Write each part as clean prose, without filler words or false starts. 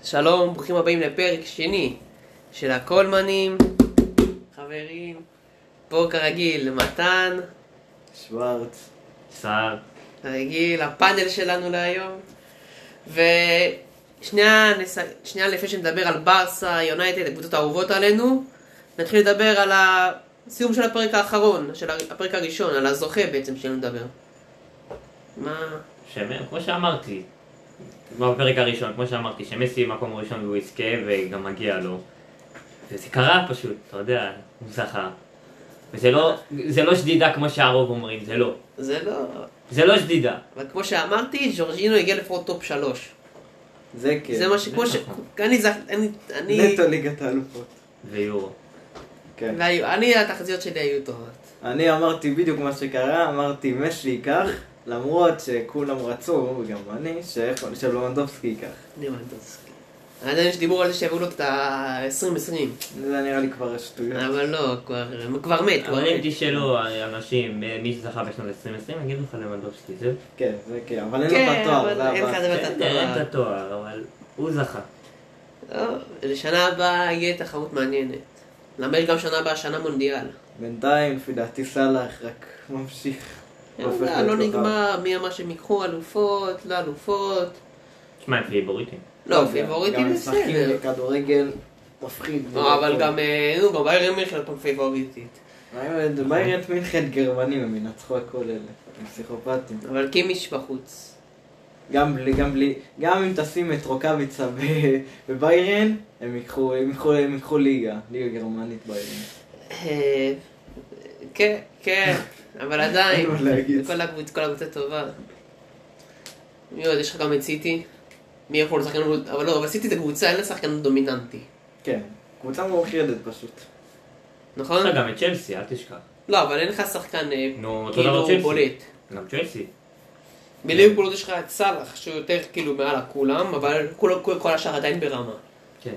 שלום, ברוכים הבאים לפרק שני של הקולמנים, חברים, פה כרגיל מתן, שוורץ, סער, כרגיל, הפאנל שלנו להיום. ושנייה לפני שנדבר על ברסה, יונייטד, הקבוצות האהובות עלינו, נתחיל לדבר על הסיום של הפרק האחרון, של הפרק הראשון, על הזוכה בעצם שלנו לדבר. כמו שאמרתי, בפרק הראשון, כמו שאמרתי, שמסי מקום ראשון והוא יזכה וגם מגיע לו. וזה קרה פשוט, אתה יודע, הוא זכה. וזה לא שדידה כמו שהרוב אומרים, זה לא. זה לא שדידה. אבל כמו שאמרתי, ז'ורג'ינו הגיע לפחות טופ 3. זה כן. זה מה שכמו ש... אני... נטו ליגת האלופות. ויורו. כן. התחזיות שלי היו טובות. אני אמרתי בדיוק מה שקרה, אמרתי מסי ייקח, למרות שכולם רצו, וגם אני, שלומנדובסקי ייקח. למנדובסקי. עדיין יש דיבור על זה שיביאו לו את ה-2020. זה נראה לי כבר שטויות. אבל לא, כבר מת. אבל אם תשאלו אנשים, מי שזכה בשנות 2020, יגידו לך למנדובסקי, זה? כן, זה כן, אבל אין לו את התואר. כן, אבל אין לך את התואר. אין את התואר, אבל הוא זכה. לשנה הבאה יהיה תחרות מעניינת. למה יש גם שנה הבאה, שנה מונדיאל. בינתיים, לפי דעתי סלאח רק ממשיך. לא נגמר מי אמר שהם ייקחו אלופות, לא אלופות. שמע, הם פייבוריטים. לא, פייבוריטים בסדר. גם משחקים לכדורגל מפחיד. אבל גם, בביירן מינכן פעם פייבוריטית. ביירן מינכן גרמנים, הם ינצחו הכל אלה. הם פסיכופטים. אבל קימיש בחוץ. גם אם תשים את רוקאביצה בביירן, הם יקחו ליגה גרמנית ביירן. כן, אבל עדיין, כל הקבוצה טובה. מי עוד, יש לך גם את סיטי? מי יכול לשחקן, אבל לא, אבל סיטי זה קבוצה, אין לה שחקן דומיננטי. כן, קבוצה מאוחדת פשוט. נכון? יש לך גם את צ'לסי, אל תשכח. לא, אבל אין לך שחקן כאילו בולט. גם צ'לסי. בליברפול יש לך את סלאח, שהוא יותר כאילו מעל כולם, אבל כל השאר עדיין ברמה. כן.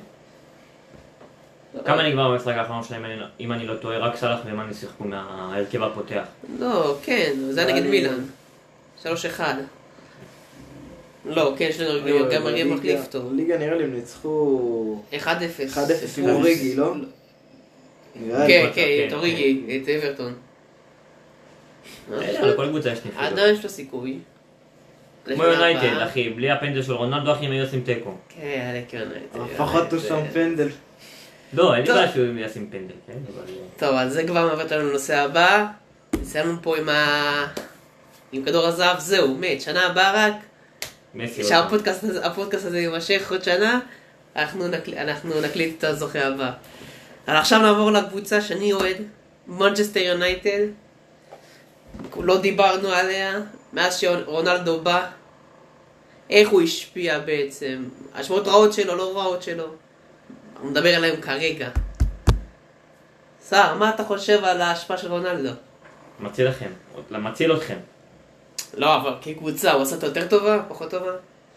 כמה נגמר במשחק האחרון שלהם, אם אני לא טועה, רק סלאח ומאני שיחקו מההרכב הפותח. לא, כן, זה היה נגד מילאן. 3-1. לא, כן, יש לנו גם מרגיע מחליף טוב. ליגה נראה לי הם ניצחו 1-0. 1-0 עם אוריגי, לא? כן, את אוריגי, את אברטון. לכל קבוצה יש נפגעות. עדיין יש לו סיכוי. כמו יונייטד, אחי, בלי הפנדל של רונלדו, אחי, הם היו עושים טקו. כן, עלק יונייטד. לפחות הוא שם פנדל. לא, אין לי בעיה שהוא ישים פנדל, כן? טוב, אז זה כבר מעברת לנו לנושא הבא. נסיימנו פה עם כדור הזהב, זהו, מת. שנה הבאה רק, שהפודקאסט הזה יימשך עוד שנה, אנחנו נקליט את הזוכה הבא. אבל עכשיו נעבור לקבוצה שאני אוהד, מנצ'סטר יונייטד. לא דיברנו עליה, מאז שרונלדו בא, איך הוא השפיע בעצם, השמעות רעות שלו, לא רעות שלו. אנחנו נדבר עליהם כרגע. סער, מה אתה חושב על ההשפעה של רונלדו? מציל אתכם. לא, אבל כקבוצה, הוא עשה את יותר טובה? פחות טובה?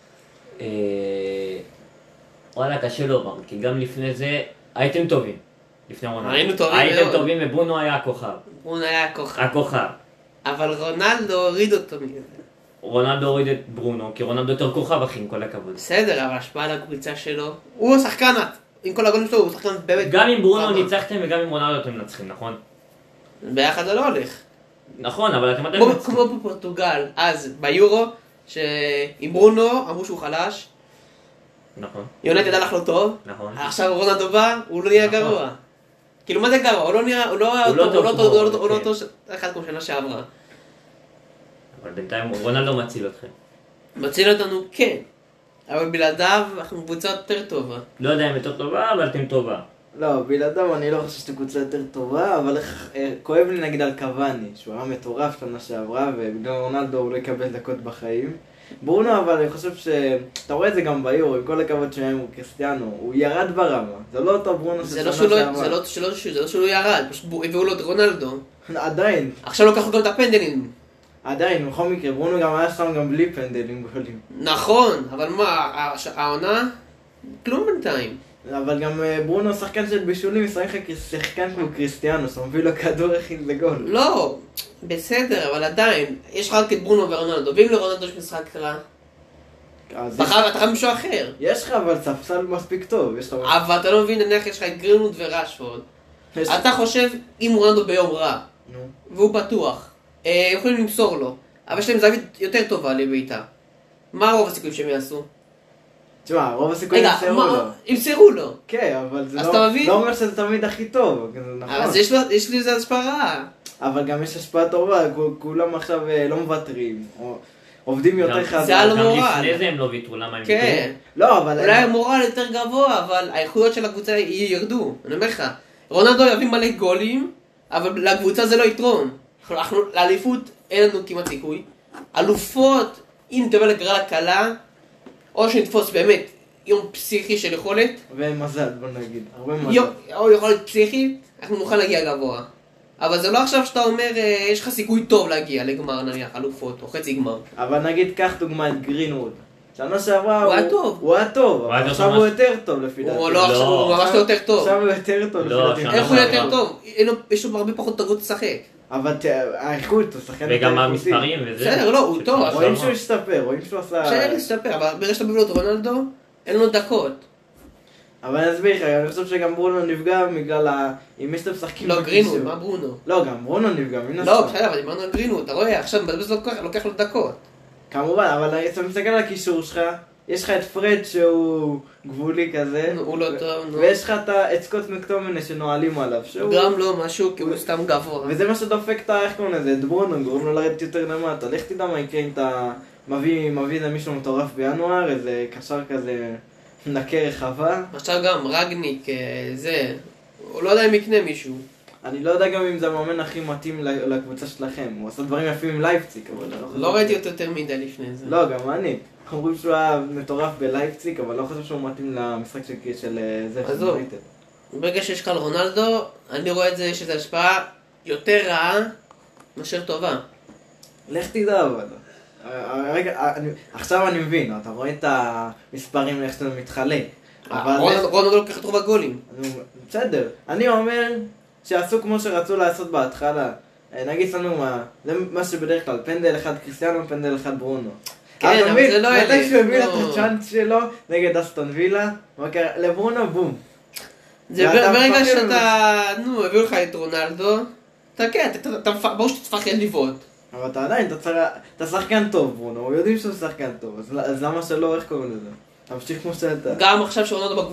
וואלה, קשה לומר, כי גם לפני זה הייתם טובים. לפני רונלדו. היינו טובים מאוד. הייתם טובים וברונו היה הכוכב. ברונו היה הכוכב. הכוכב. אבל רונלדו הוריד אותו מזה. רונלדו הוריד את ברונו, כי רונלדו יותר כוכב, אחי, עם כל הכבוד. בסדר, אבל השפעה על הקבוצה שלו, הוא השחקן, עם כל הגולים שלו, הוא שחקן באמת... גם עם ברונו ניצחתם וגם עם רונלדו אתם מנצחים, נכון? ביחד זה לא הולך. נכון, אבל אתם עדיין מנצחים. כמו בפורטוגל, אז ביורו, שעם ברונו אמרו שהוא חלש. נכון. יונייטד הלך לו טוב. נכון. עכשיו רונלדו בא, הוא לא נהיה גרוע. כאילו מה זה גרוע? הוא לא נהיה... הוא לא אותו אחד כמו שנה שעברה. אבל בינתיים רונלדו מציל אתכם. מציל אותנו, כן. אבל בלעדיו אנחנו קבוצה יותר טובה. לא יודע אם יותר טובה, אבל אתם טובה. לא, בלעדיו אני לא חושב שאתה קבוצה יותר טובה, אבל כואב לי נגיד על קוואני, שהוא היה מטורף שנה שעברה, ובגלל רונלדו הוא לא יקבל דקות בחיים. ברונו, אבל אני חושב אתה רואה את זה גם ביורו, עם כל הכבוד שהיה עם קריסטיאנו, הוא ירד ברמה. זה לא אותו ברונו של שנה שעברה. זה לא שהוא לא ירד, פשוט הביאו לו את רונלדו. עדיין. עכשיו לוקחו גם את הפנדלים. עדיין, בכל מקרה, ברונו גם היה שם גם בלי פנדלים גולים. נכון, אבל מה, העונה? כלום בינתיים. אבל גם ברונו שחקן של בישולים, שחקן כמו קריסטיאנו, שמביא לו כדור הכי לגול. לא, בסדר, אבל עדיין, יש לך רק את ברונו ורונלדו, ואם לרונלדו יש משחק רע? אז אתה חייב מישהו אחר. יש לך אבל ספסל מספיק טוב, יש לך... אבל אתה לא מבין, נניח יש לך את גרינווד ורשפורד. אתה חושב, אם רונלדו ביום רע, והוא בטוח, יכולים למסור לו, אבל יש להם זווית יותר טובה לביתה. מה רוב הסיכויים שהם יעשו? תשמע, רוב הסיכויים ימסרו לו. ימסרו לו. כן, אבל זה לא אומר שזה תמיד הכי טוב, נכון. אז יש לי איזה השפעה רעה. אבל גם יש השפעה טובה, כולם עכשיו לא מוותרים, עובדים יותר חזק. זה על גם מורל. לפני זה הם לא ויתרו, למה הם כן. לא, אבל... אולי המורל יותר גבוה, אבל האיכויות של הקבוצה ירדו. אני אומר לך, רונלדו יביא מלא גולים, אבל לקבוצה זה לא יתרום. לאליפות אין לנו כמעט סיכוי. אלופות, אם נתבל לגרלה קלה, או שנתפוס באמת יום פסיכי של יכולת. ומזל, בוא נגיד. הרבה מזל. או יכולת פסיכית, אנחנו נוכל להגיע גבוה. אבל זה לא עכשיו שאתה אומר, יש לך סיכוי טוב להגיע לגמר נניח, אלופות, או חצי גמר. אבל נגיד, קח דוגמא את גרינווד. שנה שעברה הוא היה טוב. הוא היה טוב, אבל עכשיו הוא יותר טוב לפי דעתי. הוא ממש לא יותר טוב. עכשיו הוא יותר טוב לפי דעתי. איך הוא יותר טוב? יש לו הרבה פחות תרבות לשחק. אבל האיכות, הוא שחקן... וגם המספרים וזה. בסדר, לא, הוא טוב. רואים שהוא השתפר, רואים שהוא עשה... בסדר, להשתפר, אבל ברגע שאתה מביא לו את רונלדו, אין לו דקות. אבל אני אסביר לך, אני חושב שגם ברונו נפגע בגלל אם יש את המשחקים... לא, גרינווד, מה ברונו? לא, גם ברונו נפגע, מן הסתם. לא, בסדר, אבל דיברנו על גרינווד, אתה רואה, עכשיו מבזבז לוקח לו דקות. כמובן, אבל אתה מסתכל על הקישור שלך, יש לך את פרד שהוא גבולי כזה, הוא לא טוב, ויש לך את סקוט מקטומני שנועלים עליו, שהוא... גם לא משהו, כי הוא סתם גבוה. וזה מה שדופק את איך קוראים לזה, את ברונו, גורם לו לרדת יותר למטה. לך תדע מה יקרה אם אתה מביא איזה מישהו מטורף בינואר, איזה קשר כזה נקה רחבה. עכשיו גם רגניק, זה, הוא לא יודע אם יקנה מישהו. אני לא יודע גם אם זה המאמן הכי מתאים לקבוצה שלכם, הוא עשה דברים יפים עם לייפציג, אבל... לא ראיתי אותו יותר מדי לפני זה. לא, גם אני. אומרים שהוא היה מטורף בלייפציג, אבל לא חושב שהוא מתאים למשחק של זה. עזוב. ברגע שיש לך על רונלדו, אני רואה את זה שזה השפעה יותר רעה מאשר טובה. לך תדע אבל. רגע, עכשיו אני מבין, אתה רואה את המספרים איך שאתה מתחלק. רונלדו לוקח את רוב הגולים. בסדר, אני אומר שעשו כמו שרצו לעשות בהתחלה. נגיד לנו זה מה שבדרך כלל, פנדל אחד קריסטיאנו, פנדל אחד ברונו. כן, אבל זה לא אלה. מתי שהוא הביא את הצ'אנס שלו נגד אסטון וילה, לברונו בום. זה ברגע שאתה, הביאו לך את רונלדו, ברור שתפחד לבעוט. אבל אתה עדיין, אתה שחקן טוב ברונו, יודעים שהוא שחקן טוב, אז למה שלא, איך קוראים לזה? תמשיך כמו שאתה. גם עכשיו שרונלדו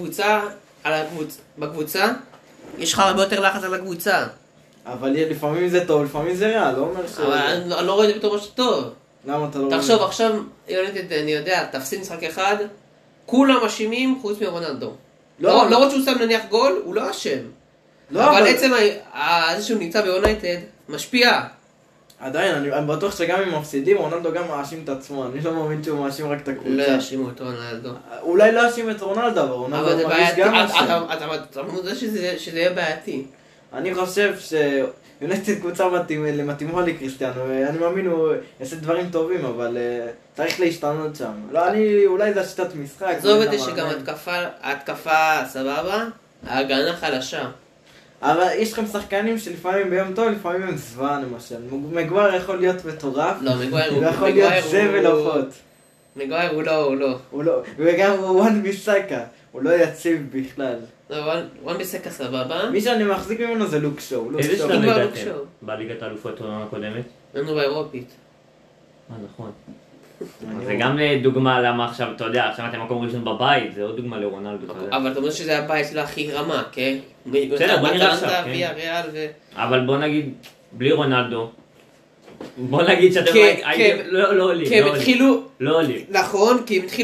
בקבוצה, יש לך הרבה יותר לחץ על הקבוצה. אבל לפעמים זה טוב, לפעמים זה רע, לא אומר ש... אבל אני לא רואה את זה בתור משהו טוב. למה אתה לא... תחשוב, עכשיו, אני יודע, תפסיד משחק אחד, כולם אשמים חוץ מרונלדו. לא רוצה שהוא שם נניח גול, הוא לא אשם. אבל עצם זה שהוא נמצא ביונייטד, משפיע. עדיין, אני בטוח שגם אם מפסידים, רונלדו גם מאשים את עצמו, אני לא מאמין שהוא מאשים רק את הקבוצה. לא יאשימו את רונלדו. אולי לא יאשים את רונלדו, אבל רונלדו מרגיש גם אשם. אתה מודע שזה יהיה בעייתי. אני חושב שיונייטד קבוצה מתאימה לקריסטיאנו, אני מאמין הוא יעשה דברים טובים, אבל צריך להשתנות שם. לא, אולי זה השיטת משחק. עזוב את זה שגם התקפה סבבה, ההגנה חלשה. אבל יש לכם שחקנים שלפעמים ביום טוב, לפעמים הם זוועה למשל. מגווייר יכול להיות מטורף, לא, מגווייר הוא... יכול להיות זבל עופות. מגווייר הוא לא. וגם וואן ביסאקה, הוא לא יציב בכלל. לא, וואן ביסאקה סבבה. מי שאני מחזיק ממנו זה לוק שואו. איזה שלב הגעתם בליגת האלופות העונה הקודמת? היינו באירופית. נכון. זה גם דוגמה למה עכשיו, אתה יודע, עכשיו אתם מקום ראשון בבית, זה עוד דוגמה לרונלדו. אבל אתה אומר שזה הבית לא הכי רמה, כן? בסדר, בוא נראה עכשיו, כן. אבל בוא נגיד, בלי רונלדו, בוא נגיד שאתם לא עולים. כי הם התחילו... לא עולים. נכון,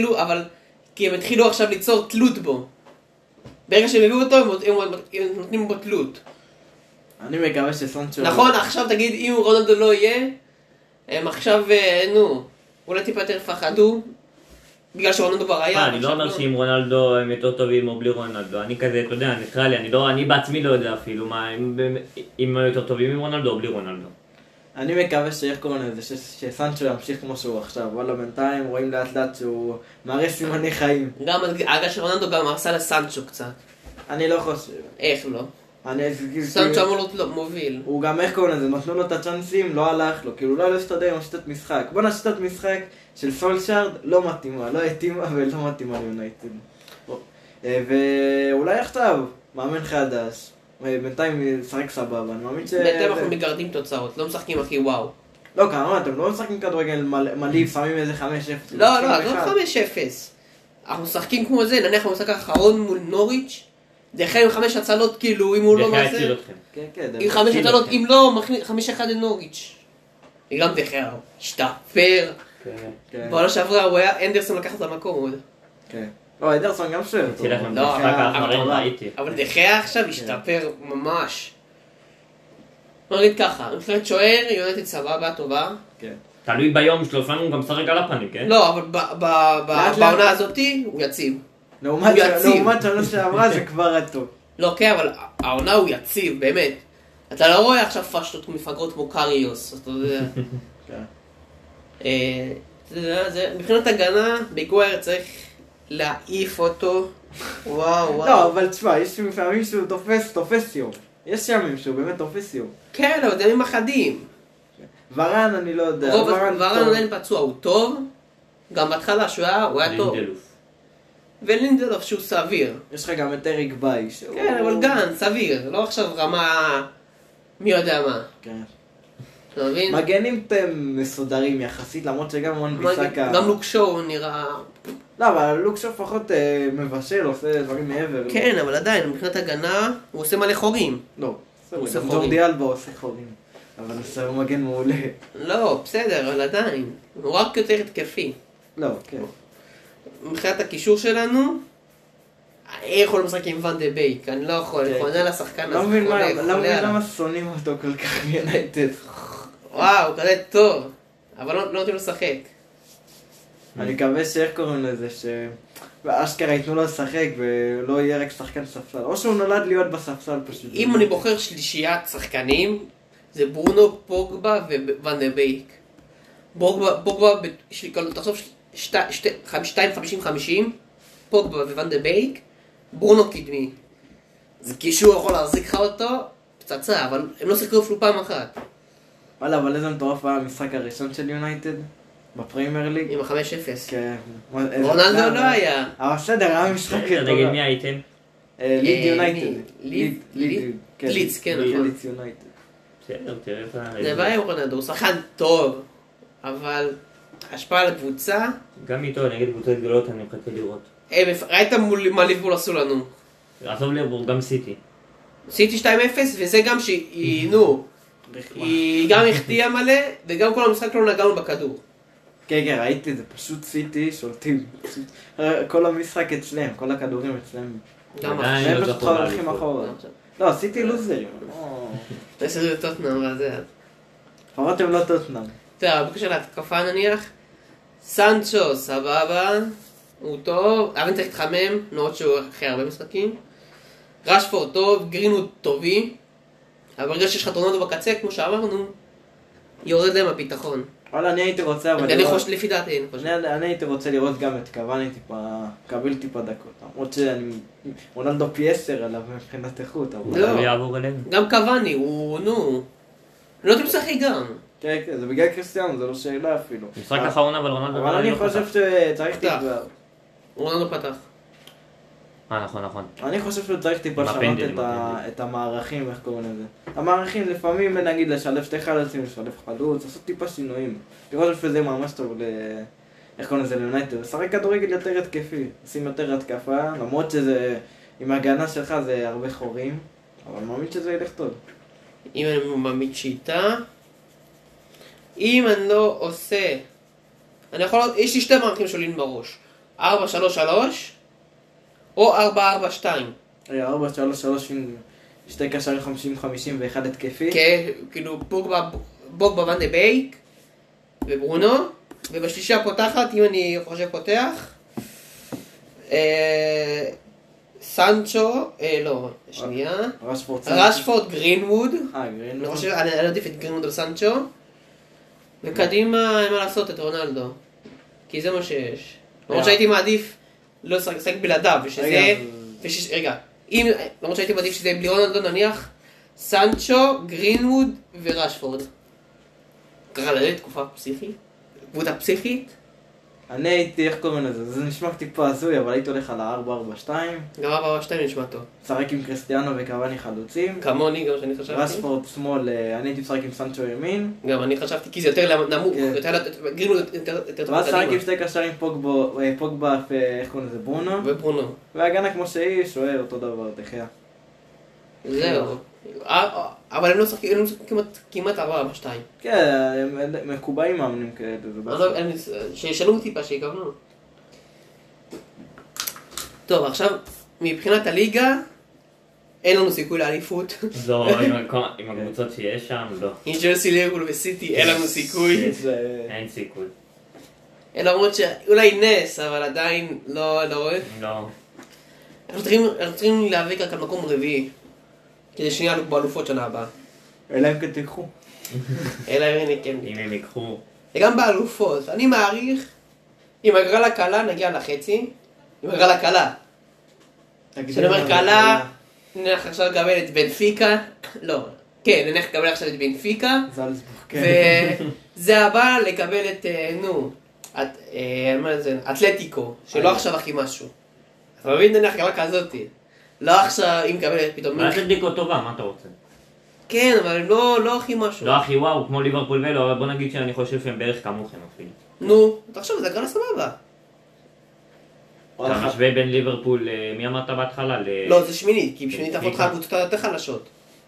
כי הם התחילו עכשיו ליצור תלות בו. ברגע שהם הביאו אותו, הם נותנים בו תלות. אני מקווה שסנצ'ו... נכון, עכשיו תגיד, אם רונלדו לא יהיה, הם עכשיו, אולי טיפה יותר פחדו, בגלל שרונלדו כבר היה. אני לא אומר שאם רונלדו הם יותר טובים או בלי רונלדו, אני כזה, אתה יודע, ניטרלי, אני בעצמי לא יודע אפילו אם הם יותר טובים עם רונלדו או בלי רונלדו. אני מקווה שאיך קוראים לזה, שסנצ'ו ימשיך כמו שהוא עכשיו, וואלה בינתיים רואים לאט לאט שהוא מראה סימני חיים. גם אגב שרונלדו גם הרסה לסנצ'ו קצת. אני לא חושב. איך לא? סנצ'ו אמור להיות מוביל. הוא גם איך קוראים לזה, נתנו לו את הצ'אנסים, לא הלך לו, כאילו לא להסתדר עם השיטת משחק. בוא נשיטת משחק של סולשארד לא מתאימה, לא התאימה ולא מתאימה ליונייטד. ואולי עכשיו, מאמן חדש, בינתיים ישחק סבבה, אני מאמין בינתיים אנחנו מגרדים תוצאות, לא משחקים הכי וואו. לא, כמה, אתם לא משחקים כדורגל מלא, שמים איזה 5-0. לא, לא 5-0. אנחנו משחקים כמו זה, נניח המשחק האחרון מול נוריץ', דחיה עם 5 הצלות, כאילו, אם הוא לא דחיה מעשה... הציל אתכם. כן, כן. עם 5 הצלות, אם לא, 5-1 לנוריץ'. גם דחיה, השתפר. כן. בעונה שעברה, הוא היה, אנדרסון לקח את המקום עוד. כן. לא, אנדרסון גם שואל. הציל לכם לא, במשחק האחרון, ראיתי. אבל דחיה עכשיו השתפר ממש. בוא נגיד ככה, מבחינת שוער, יונתן סבבה, טובה. כן. תלוי ביום שלו, לפעמים הוא גם משחק על הפנים, כן? לא, אבל בעונה הזאת הוא יציב. לעומת שנה שעברה זה כבר הטוב. לא, כן, אבל העונה הוא יציב, באמת. אתה לא רואה עכשיו פשטות מפגרות כמו קריוס, אתה יודע. מבחינת הגנה, ביגווייר צריך להעיף אותו. וואו. לא, אבל תשמע, יש לפעמים שהוא תופס יום. יש ימים שהוא באמת תופס יום. כן, אבל זה ימים אחדים. ורן, אני לא יודע. ורן עדיין פצוע, הוא טוב. גם בהתחלה שהוא היה טוב. ולינדלוף שהוא סביר. יש לך גם את אריק ביי. כן, אבל גן, סביר. לא עכשיו רמה... מי יודע מה. כן. אתה מבין? מגנים אתם מסודרים יחסית, למרות שגם וואן ביסאקה... גם לוקשו נראה... לא, אבל לוקשו לפחות מבשל, עושה דברים מעבר. כן, אבל עדיין, מבחינת הגנה, הוא עושה מלא חורים. לא, גם ג'ורדי אלבה עושה חורים. אבל הוא מגן מעולה. לא, בסדר, אבל עדיין. הוא רק יותר התקפי. לא, כן. מבחינת הקישור שלנו, אני יכול לשחק עם ואן דה בייק, אני לא יכול, אני חונה לשחקן הזה. לא מבין למה שונאים אותו כל כך ביונייטד. וואו, כזה טוב, אבל לא נותנים לשחק. אני מקווה שאיך קוראים לזה, שאשכרה ייתנו לו לשחק ולא יהיה רק שחקן ספסל, או שהוא נולד להיות בספסל פשוט. אם אני בוחר שלישיית שחקנים, זה ברונו, פוגבה וואן דה בייק. פוגבה, תחשוב 2.50-50, פוגבה וואן דה בייק, ברונו קדמי. זה קישור יכול להחזיק לך אותו, פצצה, אבל הם לא שיחקו אפילו פעם אחת. וואלה, אבל איזה מטורף היה המשחק הראשון של יונייטד? בפריימר ליג? עם ה-5-0. כן. רונלדו לא היה. אבל בסדר, היה משחק טוב. נגד מי הייתם? ליד יונייטד. לידס, כן, נכון. לידס יונייטד. בסדר, תראה את ה... זה בעיה עם רונלדו, הוא שחקן טוב, אבל השפעה על הקבוצה... גם איתו, נגד קבוצות גדולות אני מחכה לראות. ראית מה ליברפול עשו לנו? עזוב ליברפול, גם סיטי. סיטי 2-0, וזה גם שהיא, נו, היא גם החטיאה מלא, וגם כל המשחק לא נגענו בכדור. כן, כן, ראיתי את זה, פשוט סיטי שולטים. כל המשחק אצלם, כל הכדורים אצלם. גם הם פשוט הולכים אחורה. לא, סיטי לוזרים. יש לזה טוטנאם, אבל זה... לפחות הם לא טוטנאם. טוב, בקשר להתקפה נניח, סנצ'ו סבבה, הוא טוב, אבל צריך להתחמם, נראות שהוא אחרי הרבה משחקים. רשפורד טוב, גרינווד טובי, אבל ברגע שיש לך רונלדו בקצה, כמו שאמרנו, יורד להם הביטחון. וואלה, אני הייתי רוצה, אבל... אני חושב, לפי דעתי, אני חושב. אני הייתי רוצה לראות גם את קוואני קבל טיפה דקות. למרות שאני... רונלדו פי 10 עליו מבחינת איכות, אבל... לא. הוא יעבור אלינו. גם קוואני, הוא, נו... לא יודעים לשחק גם. כן, כן, זה בגלל קריסטיאנו, זה לא שאלה אפילו. משחק אחרון אבל רונלדו... אבל אני חושב שצריך טיפה... רונלדו פתח. נכון. אני חושב שצריך טיפה לשנות את המערכים, איך קוראים לזה. המערכים לפעמים, נגיד, לשלב שתי חלוצים, לשלב חלוץ, לעשות טיפה שינויים. אני חושב שזה ממש טוב איך קוראים לזה ליונייטד. לשחק כדורגל יותר התקפי, עושים יותר התקפה, למרות שזה, עם ההגנה שלך זה הרבה חורים, אבל אני מאמין שזה ילך טוב. אם אני מאמין שיטה, אם אני לא עושה, אני יכול, יש לי שתי מערכים שעולים בראש, 4-3-3 או 4-4-2. 4-3-3 עם שתי קשרים 50-50 ואחד התקפי. כן, כאילו בוגבה ואן דה בייק וברונו, ובשלישה פותחת, אם אני חושב פותח, סנצ'ו, לא, שנייה, רשפורד, גרינווד, אני עדיף את גרינווד על סנצ'ו, וקדימה אין מה לעשות את רונלדו, כי זה מה שיש. למרות שהייתי מעדיף לא לשחק בלעדיו, ושזה, רגע, אם, למרות שהייתי מעדיף שזה בלי רונלדו, נניח, סנצ'ו, גרינווד ורשפורד. קרה לזה תקופה פסיכית, קבוצה פסיכית. אני הייתי, איך קוראים לזה? זה נשמע טיפה הזוי, אבל הייתי הולך על ה-4-4-2. גם 4-2 נשמע טוב. משחק עם קריסטיאנו וקוואני חלוצים. כמוני, גם שאני חשבתי. רשפורד שמאל, אני הייתי משחק עם סנצ'ו ימין. גם אני חשבתי, כי זה יותר נמוך, גרינווד יותר טוב. ואז משחק עם שתי קשרים פוגבה ואיך קוראים לזה? ברונו. וברונו. והגנה כמו שהיא, שוער אותו דבר, דחיה. זהו. אבל הם לא משחקים כמעט 4-4-2. כן, הם מקובעים מאמנים כאלה, זה בסדר. שישנו טיפה, שיכוונו. טוב, עכשיו, מבחינת הליגה, אין לנו סיכוי לאליפות. לא, עם הקבוצות שיש שם, לא. עם ג'לסי, ליברפול וסיטי, אין לנו סיכוי. אין סיכוי. למרות שאולי נס, אבל עדיין לא רואה. לא. אנחנו צריכים להיאבק רק על מקום רביעי. כדי שנהיה באלופות שנה הבאה. אלא אם כן תיקחו. אלא כן. אם הם ייקחו. וגם באלופות. אני מעריך, עם הגרלה קלה נגיע לחצי. עם הגרלה קלה. כשאני אומר קלה, נלך עכשיו לקבל את בנפיקה. לא. כן, נלך לקבל עכשיו את בנפיקה. זלצבורג, כן. וזה הבא לקבל את, אתלטיקו, שלא עכשיו הכי משהו. אתה מבין, נלך גרלה כזאתי. לא עכשיו, אם קבל פתאום... אבל אתלטיקו טובה, מה אתה רוצה? כן, אבל הם לא הכי משהו. לא הכי וואו, כמו ליברפול ולו, אבל בוא נגיד שאני חושב שהם בערך כמוכם אפילו. נו, תחשוב, זה הגרלה סבבה. אתה משווה בין ליברפול, מי אמרת בהתחלה? לא, זה שמינית, כי בשמינית תפות לך קבוצות יותר חלשות.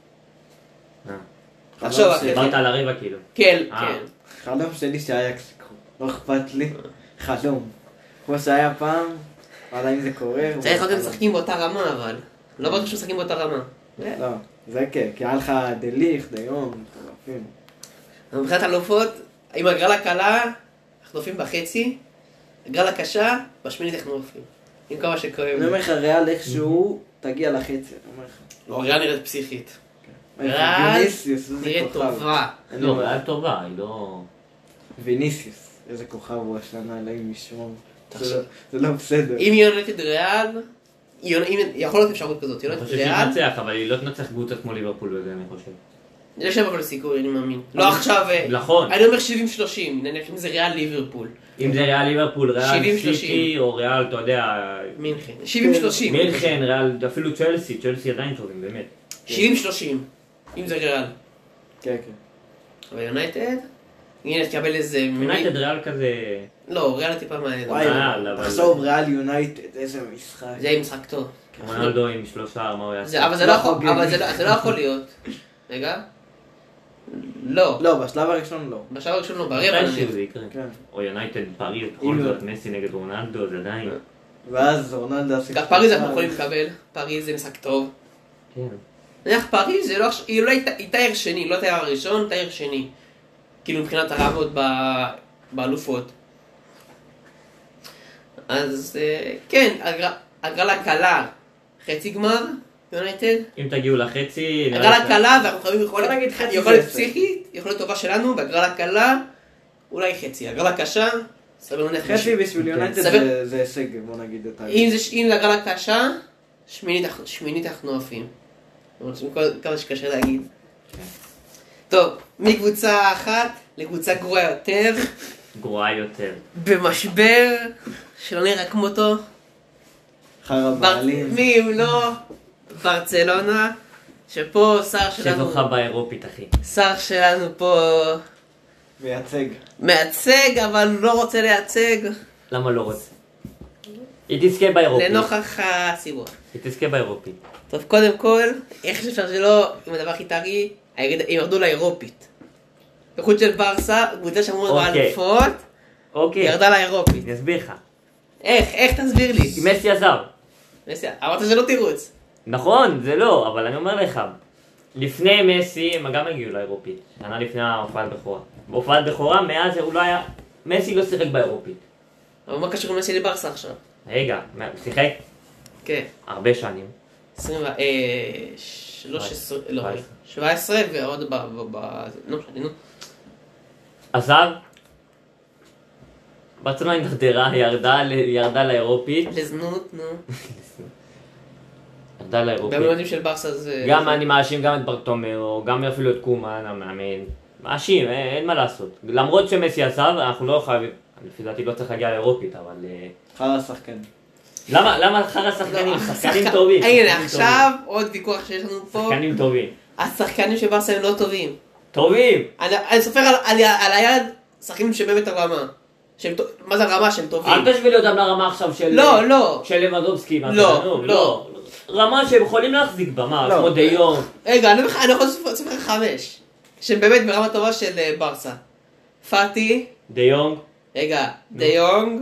עכשיו, דיברת על הרבע כאילו. כן, כן. חלום שלי שהאייקס יקחו. לא אכפת לי. חלום. כמו שהיה פעם, אבל אם זה קורה... צריך להיות משחקים באותה רמה, אבל. לא בטוח שמשחקים באותה רמה. לא, זה כן, כי היה לך דליך, דיום, מטורפים. מבחינת אלופות, עם הגרלה קלה, אנחנו נופים בחצי. הגרלה קשה, בשמינית אנחנו נופים. עם כמה שכואב. אני אומר לך, ריאל איכשהו תגיע לחצי, אני אומר לך. לא, ריאל נראית פסיכית. ויניסיוס, איזה נראית כוכב. טובה. לא, ריאל טובה, היא לא... ויניסיוס, איזה כוכב הוא השנה, אלוהים ישמור. זה לא בסדר. אם יונתד ריאל, יכול להיות אפשרות כזאת, אני יונתד חושב שהיא ריאל, תנצח, אבל היא לא תנצח קבוצות כמו ליברפול וזה, אני חושב. יש להם אבל סיכוי, אני מאמין. לא עכשיו, נכון. אני אומר 70-30, נניח אם זה ריאל ליברפול. אם זה ריאל ליברפול, ריאל 70-30. סיטי, או ריאל, אתה יודע... מינכן. 70-30. מינכן, ריאל, אפילו צ'לסי עדיין טובים, באמת. 70-30, אם זה ריאל. כן, כן. אבל יונייטד? הנה, תקבל איזה... יונייטד ריאל כזה... לא, ריאל טיפה מעניין. וואי, אבל- תחשוב ריאל יונייטד, איזה משחק. זה יהיה משחק טוב. רונלדו עם 3 מה הוא יעשה? אבל זה לא יכול להיות. רגע. לא. לא, בשלב הראשון לא. בשלב הראשון לא, ברבע מתישהו נניח. זה יקרה. כן. או יונייטד פריז, בכל זאת, מסי נגד רונלדו, זה עדיין... ואז רונלדו עושה... גם פריז אנחנו יכולים לקבל. פריז זה משחק טוב. כן. נניח פריז זה לא... היא לא היא תייר שני, לא תייר הראשון, תייר שני. כאילו מבחינת הרמות באלופות. אז כן, הגרלה קלה, חצי גמר, יונייטד. אם תגיעו לחצי... הגרלה קלה, ואנחנו חייבים נגיד חצי יכולת זה פסיכית, יכולת טובה שלנו, והגרלה קלה, אולי חצי. הגרלה קשה, סביר נניח... חצי בשביל יונייטד סביר. זה הישג, בוא נגיד את אם זה הגרלה קשה, שמינית אנחנו עפים. למרות כמה שקשה להגיד. טוב, מקבוצה אחת לקבוצה גרועה יותר, גרועה יותר. במשבר שלא נראה כמותו. חרא בעלים. מי אם לא ברצלונה, שפה שזוכה באירופית, אחי. שר שלנו פה מייצג, אבל לא רוצה לייצג למה לא רוצה? היא תזכה באירופית. לנוכח הסיבות. היא תזכה באירופית. טוב, קודם כל, איך אפשר שלא, אם הדבר הכי טרי, הם ירדו לאירופית. בחוץ של ברסה, קבוצה שאמרו באלופות, אוקיי. ירדה לאירופית. אני אסביר לך. איך תסביר לי? מסי עזב. אמרת שזה לא תירוץ. נכון, זה לא, אבל אני אומר לך, לפני מסי הם גם הגיעו לאירופית, שנה לפני ההופעת בכורה. בהופעת בכורה, מאז הוא לא היה, מסי לא שיחק באירופית. אבל מה קשור מסי לברסה עכשיו? רגע, הוא שיחק כן. הרבה שנים. 17 ועוד נו. עזב, ברצלונה נדרדרה, ירדה לאירופית. לזנות, נו. ירדה לאירופית. במועדים של ברסה זה... גם אני מאשים גם את ברטומיאו, גם אפילו את קומן, המאמן. מאשים, אין מה לעשות. למרות שמסי עזב, אנחנו לא חייבים, לפי דעתי לא צריך להגיע לאירופית, אבל... חרא שחקן. למה חרא שחקנים? שחקנים טובים. הנה, עכשיו עוד ויכוח שיש לנו פה. שחקנים טובים. השחקנים של ברסה הם לא טובים. טובים! אני סופר על היד שחקנים שבאמת הרמה. מה זה הרמה שהם טובים? אל תשווה אותם לרמה עכשיו של... לא. של לבנדובסקי. לא. רמה שהם יכולים להחזיק בה, מה? כמו דיון. רגע, אני יכול לסופר 5. שהם באמת ברמה טובה של ברסה. פאטי. דיונג. רגע, דיונג.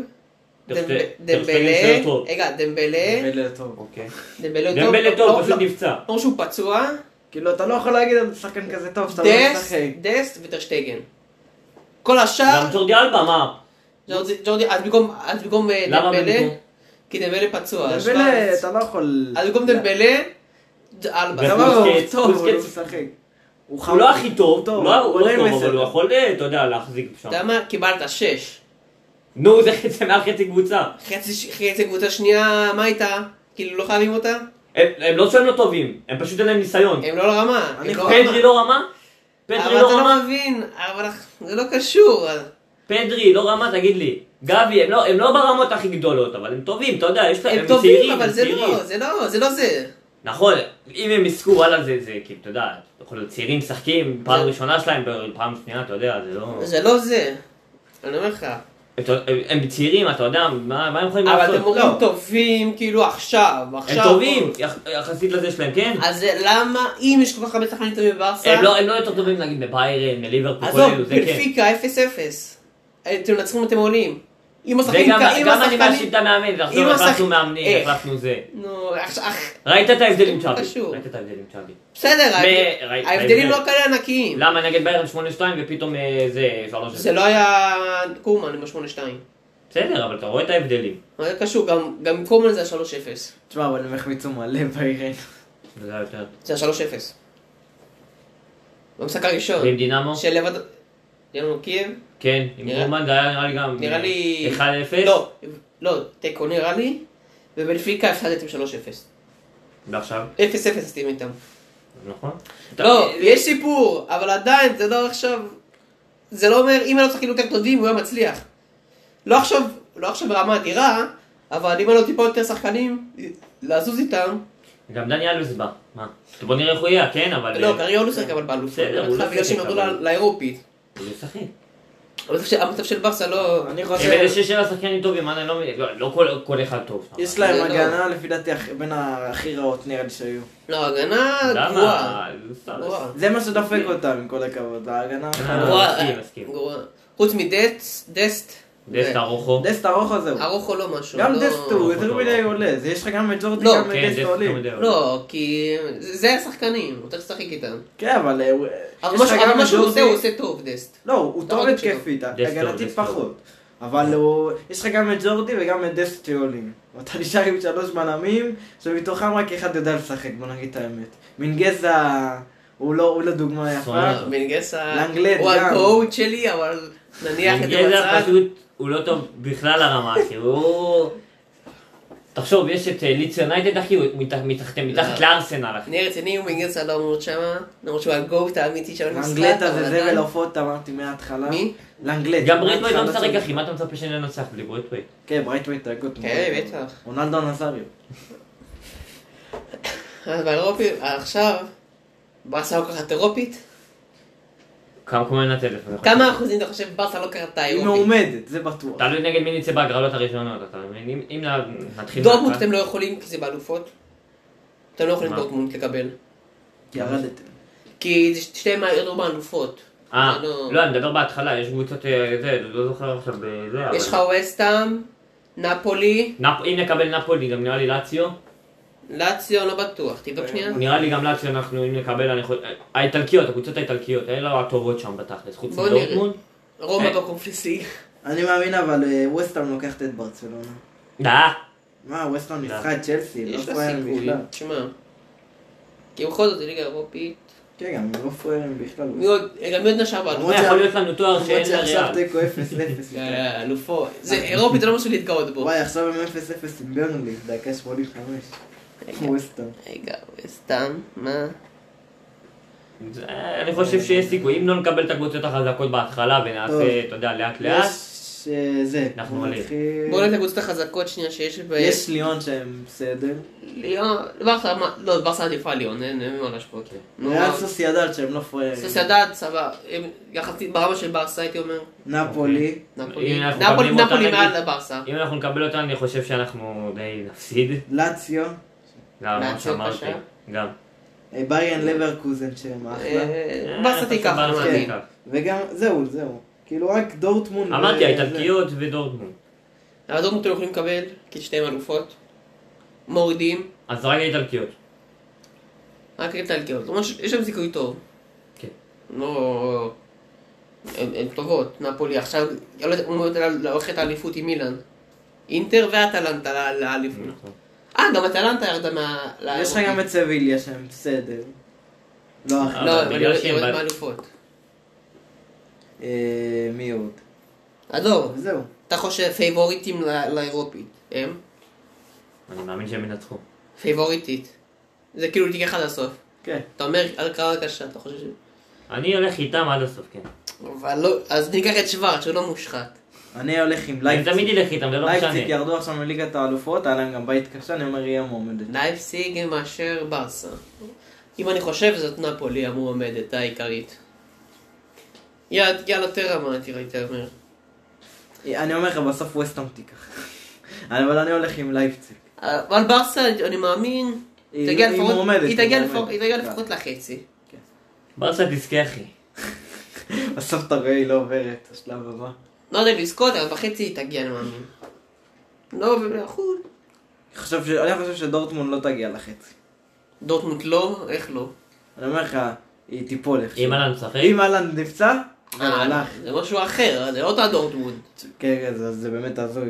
דמבלה. רגע, דמבלה. דמבלה טוב. אוקיי. דמבלה טוב, פשוט נפצע. לא שהוא פצוע. כאילו, אתה לא יכול להגיד על שחקן כזה טוב שאתה לא משחק. דסט וטרשטגן. כל השאר... גם ג'ורדי אלבה, מה? ג'ורדי, אז במקום דמבלה, כי דמבלה פצוע. דמבלה, אתה לא יכול... אז במקום דמבלה, אלבה. הוא טוב, הוא משחק. הוא לא הכי טוב, הוא לא טוב, אבל הוא יכול, אתה יודע, להחזיק שם. אתה יודע מה? קיבלת 6. נו, זה מעל חצי קבוצה. חצי קבוצה שנייה, מה הייתה? כאילו לא חייבים אותה? הם לא שהם לא טובים, הם פשוט אין להם ניסיון. הם לא לרמה. פדרי לא רמה? אבל אתה לא מבין, אבל זה לא קשור. פדרי לא רמה, תגיד לי. גבי, הם לא ברמות הכי גדולות, אבל הם טובים, אתה יודע, יש להם, הם טובים, אבל זה לא זה. נכון, אם הם יזכו, וואלה, זה כאילו, אתה יודע, יכול להיות צעירים משחקים, פעם ראשונה שלהם, פעם שנייה, אתה יודע, זה לא... זה לא זה. אני אומר לך. הם צעירים, אתה יודע, מה הם יכולים לעשות? אבל אתם מורים טובים, כאילו עכשיו. הם טובים, יחסית לזה שלהם, כן? אז למה, אם יש כל כך הרבה שחקנים טובים בברסה... הם לא יותר טובים, נגיד, בביירן, בליברפול, עזוב, בנפיקה, 0-0. אתם מנצחים, אתם עולים. עם השחקנים... גם אני מאשים את המאמן, עכשיו החלפנו מאמנים, החלפנו זה. נו, ראית את ההבדל עם צ'אבי? ראית את ההבדל עם צ'אבי? בסדר, ההבדלים לא כאלה ענקיים. למה נגד ביירן 8-2 ופתאום זה 3-0? זה לא היה קומן עם ה-8-2. בסדר, אבל אתה רואה את ההבדלים. זה קשור, גם עם קומן זה היה 3-0. תשמע, אבל הם החמיצו מלא ביירן. זה היה יותר. זה היה 3-0. במשחק הראשון. ועם דינמו? של לבד... דינמו קייב. כן, עם קומן זה היה נראה לי גם... נראה לי... 1-0? לא, תיקו נראה לי. ובנפיקה הפסדתם 3-0. ועכשיו? 0-0 עשיתם איתם. נכון. לא, יש סיפור, אבל עדיין זה לא עכשיו... זה לא אומר, אם אני לא שחקים יותר טובים, הוא היה מצליח. לא עכשיו ברמה אדירה, אבל אם אני לא טיפה יותר שחקנים, לזוז איתם. גם דני אלוס בא. מה? בוא נראה איך הוא יהיה, כן, אבל... לא, כרגע הוא לא שחק אבל באלוף. בסדר, הוא לא בגלל שהם ירדו לאירופית. הוא לא שחק. המצב של ברסה לא... אני הם חושב... אלה ששל השחקנים טובים, לא כל אחד טוב. יש להם הגנה לפי דעתי בין הכי רעות נראה לי שהיו. לא, הגנה גרועה. זה מה שדופק אותם עם כל הכבוד, ההגנה... מסכים. גרועה. חוץ מדסט. דסט ארוחו. דסט ארוחו זהו. ארוחו לא משהו. גם דסט הוא יותר מדי עולה, יש לך גם את ג'ורדי גם את דסט עולים. לא, כי זה השחקנים, הוא צריך לשחק איתם. כן, אבל... אבל מה שהוא עושה, הוא עושה טוב, דסט. לא, הוא טוב התקפית, הגנתית פחות. אבל יש לך גם את ג'ורדי וגם את דסט שעולים. אתה נשאר עם 3 בלמים, שמתוכם רק אחד יודע לשחק, בוא נגיד את האמת. מינגזה, הוא לא דוגמה יפה. מינגזה, הוא הקואוט שלי, אבל נניח את מינגזה פשוט, הוא לא טוב בכלל הרמה, כי הוא... תחשוב, יש את לידס יונייטד אחי, הוא מתחת לארסנל אחי. אני רציני, הוא מינגזה לא אמור שמה, למרות שהוא הגוט האמיתי של המשחק. לנגלט הזה זה ולעופות, אמרתי מההתחלה. מי? לנגלט. גם ברייטווייט לא משחק אחי, מה אתה מצפה שננצח בלי ברייטווייט? כן, ברייטווייט הגות. כן, בטח. רונלדו נזריו. אז באירופית, עכשיו, ברסה לא קראת אירופית? כמה מנצל? כמה אחוזים אתה חושב ברסה לא קראת היא אירופית? מעומדת, זה בטוח. תלוי נגד מי נצא בהגרלות הראשונות, אתה מבין? אם נתחיל... דורטמונד אתם לא יכולים כי זה באלופות? אתם לא יכולים דורטמונד לקבל. ירדתם. כי שתיהם ירדו באלופות. לא, אני מדבר בהתחלה, יש קבוצות, זה, לא זוכר עכשיו בזה, יש לך ווסטהאם, נפולי. אם נקבל נפולי, גם נראה לי לאציו. לאציו לא בטוח, תבדוק שנייה. נראה לי גם לאציו אנחנו, אם נקבל, האיטלקיות, הקבוצות האיטלקיות, האלה הטובות שם בתכלס, חוץ מדורטמונד. רומא בקונפרנס. אני מאמין אבל ווסטהאם לוקחת את ברצלונה. מה, ווסטהאם ניצחה את צ'לסי, לא פריירים בכלל. תשמע, כי בכל זאת זה ליגה אירופית. כן, גם לא פריירים בכלל. גם מי עוד נשאר באלופות? יכול להיות לנו תואר שאין לריאל. עכשיו לריאל. תיקו 0-0. אלופות. אירופית זה לא משהו להתגאות בו. וואי, עכשיו הם 0-0 עם ברנלי, דקה 85. ווסטהאם. רגע, סתם, מה? אני חושב שיש סיכוי, אם לא נקבל את הקבוצות החזקות בהתחלה ונעשה, אתה יודע, לאט לאט, יש זה. אנחנו בוא עולים. נתחיל. בואו נלך לקבוצות החזקות שנייה שיש יש ליון שהם בסדר. ליון, ברסה, לא, ברסה עדיפה ליון, אין מה להשוות. ריאל סוסיידד שהם לא פראיירים. סוסיידד, סבבה, יחסית ברמה של ברסה הייתי אומר. נפולי. נפולי אם אנחנו מקבלים אותה, נפולי נגיד- מעל ברסה. אם אנחנו נקבל אותה, אני חושב שאנחנו די נפסיד. לאציו. גם מה לאציו שאמרתי. קשה. גם. ביירן לברקוזן שהם אחלה. ברסה תיקח, אני ברסה מאמין. תיקח. וגם זהו. כאילו רק דורטמונד. אמרתי, וזה. האיטלקיות ודורטמונד. אבל דורטמונד יכולים לקבל, כי שתיהם אלופות. מורידים, אז רק האיטלקיות. רק איטלקיות. זאת אומרת שיש להם סיכוי טוב. כן. לא... הן טובות, נפולי. עכשיו, הולכת האליפות עם מילאן. אינטר ואטלנטה לאליפות. נכון. גם אטלנטה ירדה מה... יש לך גם את סביליה שהם בסדר. לא אחלה. לא, בגלל אבל שהם יורד בעד- מהאליפות. מי עוד? עזוב, זהו. אתה חושב פייבוריטים לאירופית. הם? אני מאמין שהם ינצחו. פייבוריטית. זה כאילו תיקח עד הסוף. כן. אתה אומר על קרב קשה, אתה חושב ש... אני הולך איתם עד הסוף, כן. אבל לא, אז ניקח את שוורץ, שהוא לא מושחת. אני הולך עם אני לייפציג. תמיד אלך איתם, זה לא משנה. לייפציג ירדו עכשיו מליגת האלופות, היה להם גם בית קשה, אני אומר יהיה מועמדת. לייפסיג מאשר ברסה. אם אני חושב זאת נפולי המועמדת העיקרית. יאללה תרמה, הייתי אומר. אני אומר לך בסוף ווסטהאם תיקח. אבל אני הולך עם לייפציג. אבל ברסה, אני מאמין, היא תגיע לפחות- מועמדת, היא תגיע היא לפחות- מועמדת. היא תגיע לפחות לחצי. ברסה תזכה, אחי. בסוף אתה רואה היא לא עוברת, השלב הבא. לא יודע אם לזכות, אבל בחצי היא תגיע, אני מאמין. לא, ובאחוז. אני חושב שדורטמונד לא תגיע לחצי. דורטמונד לא? איך לא? אני אומר לך, היא תיפול איכשהו. אם אהלן משחק, אם אהלן נפצע, זה הלך. זה משהו אחר, זה לא אותה דורטמונד. כן, זה באמת הזוי.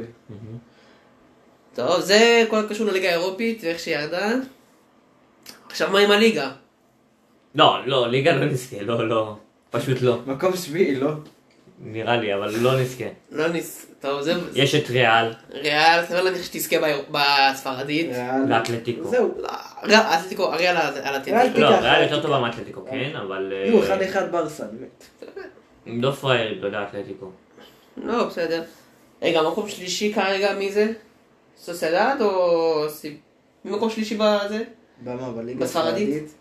טוב, זה כל הקשור לליגה האירופית, ואיך שירדה. עכשיו מה עם הליגה? לא, ליגה לא נזכה, לא. פשוט לא. מקום שביעי, לא? נראה לי, אבל לא נזכה. טוב, זה... יש את ריאל, ריאל, סביר להניח שתזכה בספרדית. ריאל. לאטלטיקו. זהו. לא, אטלטיקו, ריאל על ריאל הטנטיקו. לא, תיקח, ריאל יותר תיקח. טובה מאטלטיקו, כן, אבל... יהיו 1-1 ברסה, באמת. לא פראיירים, אתה יודע, אטלטיקו. לא, בסדר. רגע, מקום שלישי כרגע, מי זה? סוסיידד או... מי מקום שלישי בזה? במה, בליגה בספרדית? הספרדית?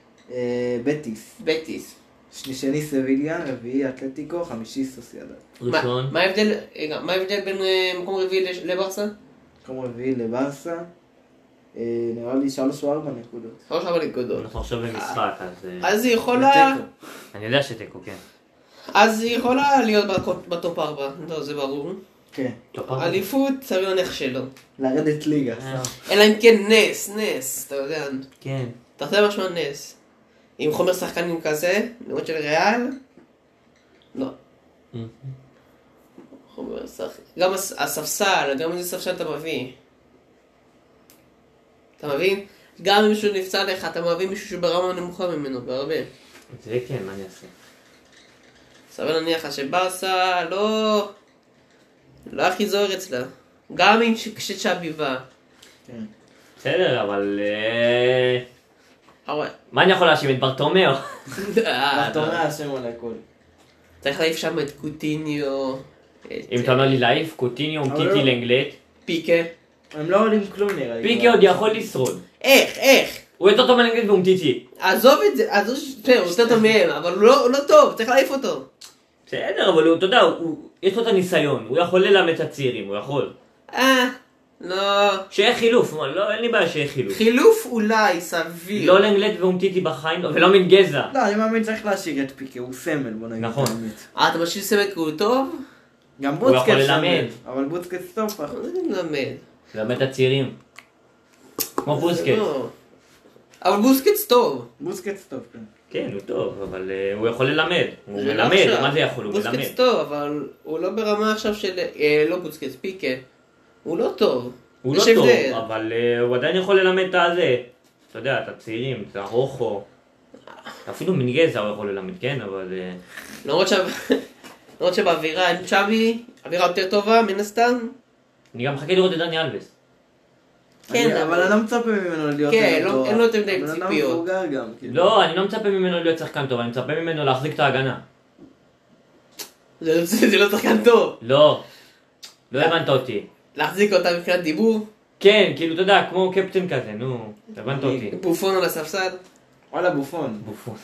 בטיס. בטיס. שני סביליה, רביעי אתלטיקו, חמישי סוסיידד. ראשון. מה ההבדל, רגע, מה ההבדל בין מקום רביעי לברסה? מקום רביעי לברסה, נראה לי 3 או 4 נקודות. 3-4 נקודות. אנחנו עכשיו במשחק, אז... אז היא יכולה... ותיקו. אני יודע שתיקו, כן. אז היא יכולה להיות בטופ 4, לא, זה ברור. כן. טוב, פרק. אליפות, סביר להניח שלא. לרדת ליגה, סתם. אלא אם כן נס, אתה יודע. כן. אתה יודע משמע נס. עם חומר שחקנים כזה, לעומת של ריאל, לא. חומר שחקנים. גם הספסל, גם איזה ספסל אתה מביא. אתה מבין? גם אם מישהו נפצע לך, אתה מביא מישהו שברמה נמוכה ממנו, בהרבה. זה כן, מה אני אעשה? סביר להניח שברסה לא הכי זוהר אצלה. גם אם כשצ'אבי בא. כן. בסדר, אבל... אבל... מה אני יכול להאשים? את ברטומיאו? ואתה אומר השם על הכל. צריך להעיף שם את קוטיניו, אם אתה אומר לי להעיף, קוטיניו, אבל טיטי לא. לנגלט, פיקה. הם לא עולים כלום נראה לי. פיקי עוד יכול לשרוד. איך? הוא יותר טוב מלנגלט והומטיטי. עזוב את זה, הוא יותר טוב מהם, אבל הוא לא טוב, צריך להעיף אותו. בסדר, אבל הוא, אתה יודע, יש לו את הניסיון, הוא יכול ללמד את הצעירים, הוא יכול. לא. שיהיה חילוף, לא, אין לי בעיה שיהיה חילוף. חילוף אולי, סביר. לא לנגלט והומטיטי בחיים, ולא מנגזה. לא, אני מאמין צריך להשאיר את פיקה, הוא סמל, בוא נגיד. נכון. את האמת. אתה משאיר סמק הוא טוב? גם הוא יכול בוצקט ללמד. סמל, אבל בוצקט טוב פחות. מה זה מלמד? ללמד את הצעירים. כמו בוסקט. לא. אבל בוסקטס טוב. בוצקט טוב, כן. כן, הוא טוב, אבל הוא יכול ללמד. הוא זה לא מלמד, עכשיו. מה זה יכול? הוא מלמד. בוסקטס טוב, אבל הוא לא ברמה עכשיו של... לא בוסקטס, פיקה. הוא לא טוב. הוא לא יש טוב, הבדל. אבל הוא עדיין יכול ללמד את הזה. אתה יודע, את הצעירים, את הרוחו. אפילו מנגזה הוא יכול ללמד, כן, אבל... למרות שבאווירה עם צ'אבי, אווירה יותר טובה, מן הסתם. אני גם מחכה לראות את דני אלבס. כן, אבל אני לא מצפה ממנו להיות... כן, אין לו יותר מדי אבל אדם ציפיות. מבוגר גם, כאילו. לא, אני לא מצפה ממנו להיות שחקן טוב, אני מצפה ממנו להחזיק את ההגנה. זה לא שחקן טוב. לא הבנת אותי. להחזיק אותה מבחינת דיבור. כן, כאילו, אתה יודע, כמו קפטן כזה, נו, הבנת אותי. בופון על הספסל. וואלה, בופון. בופון.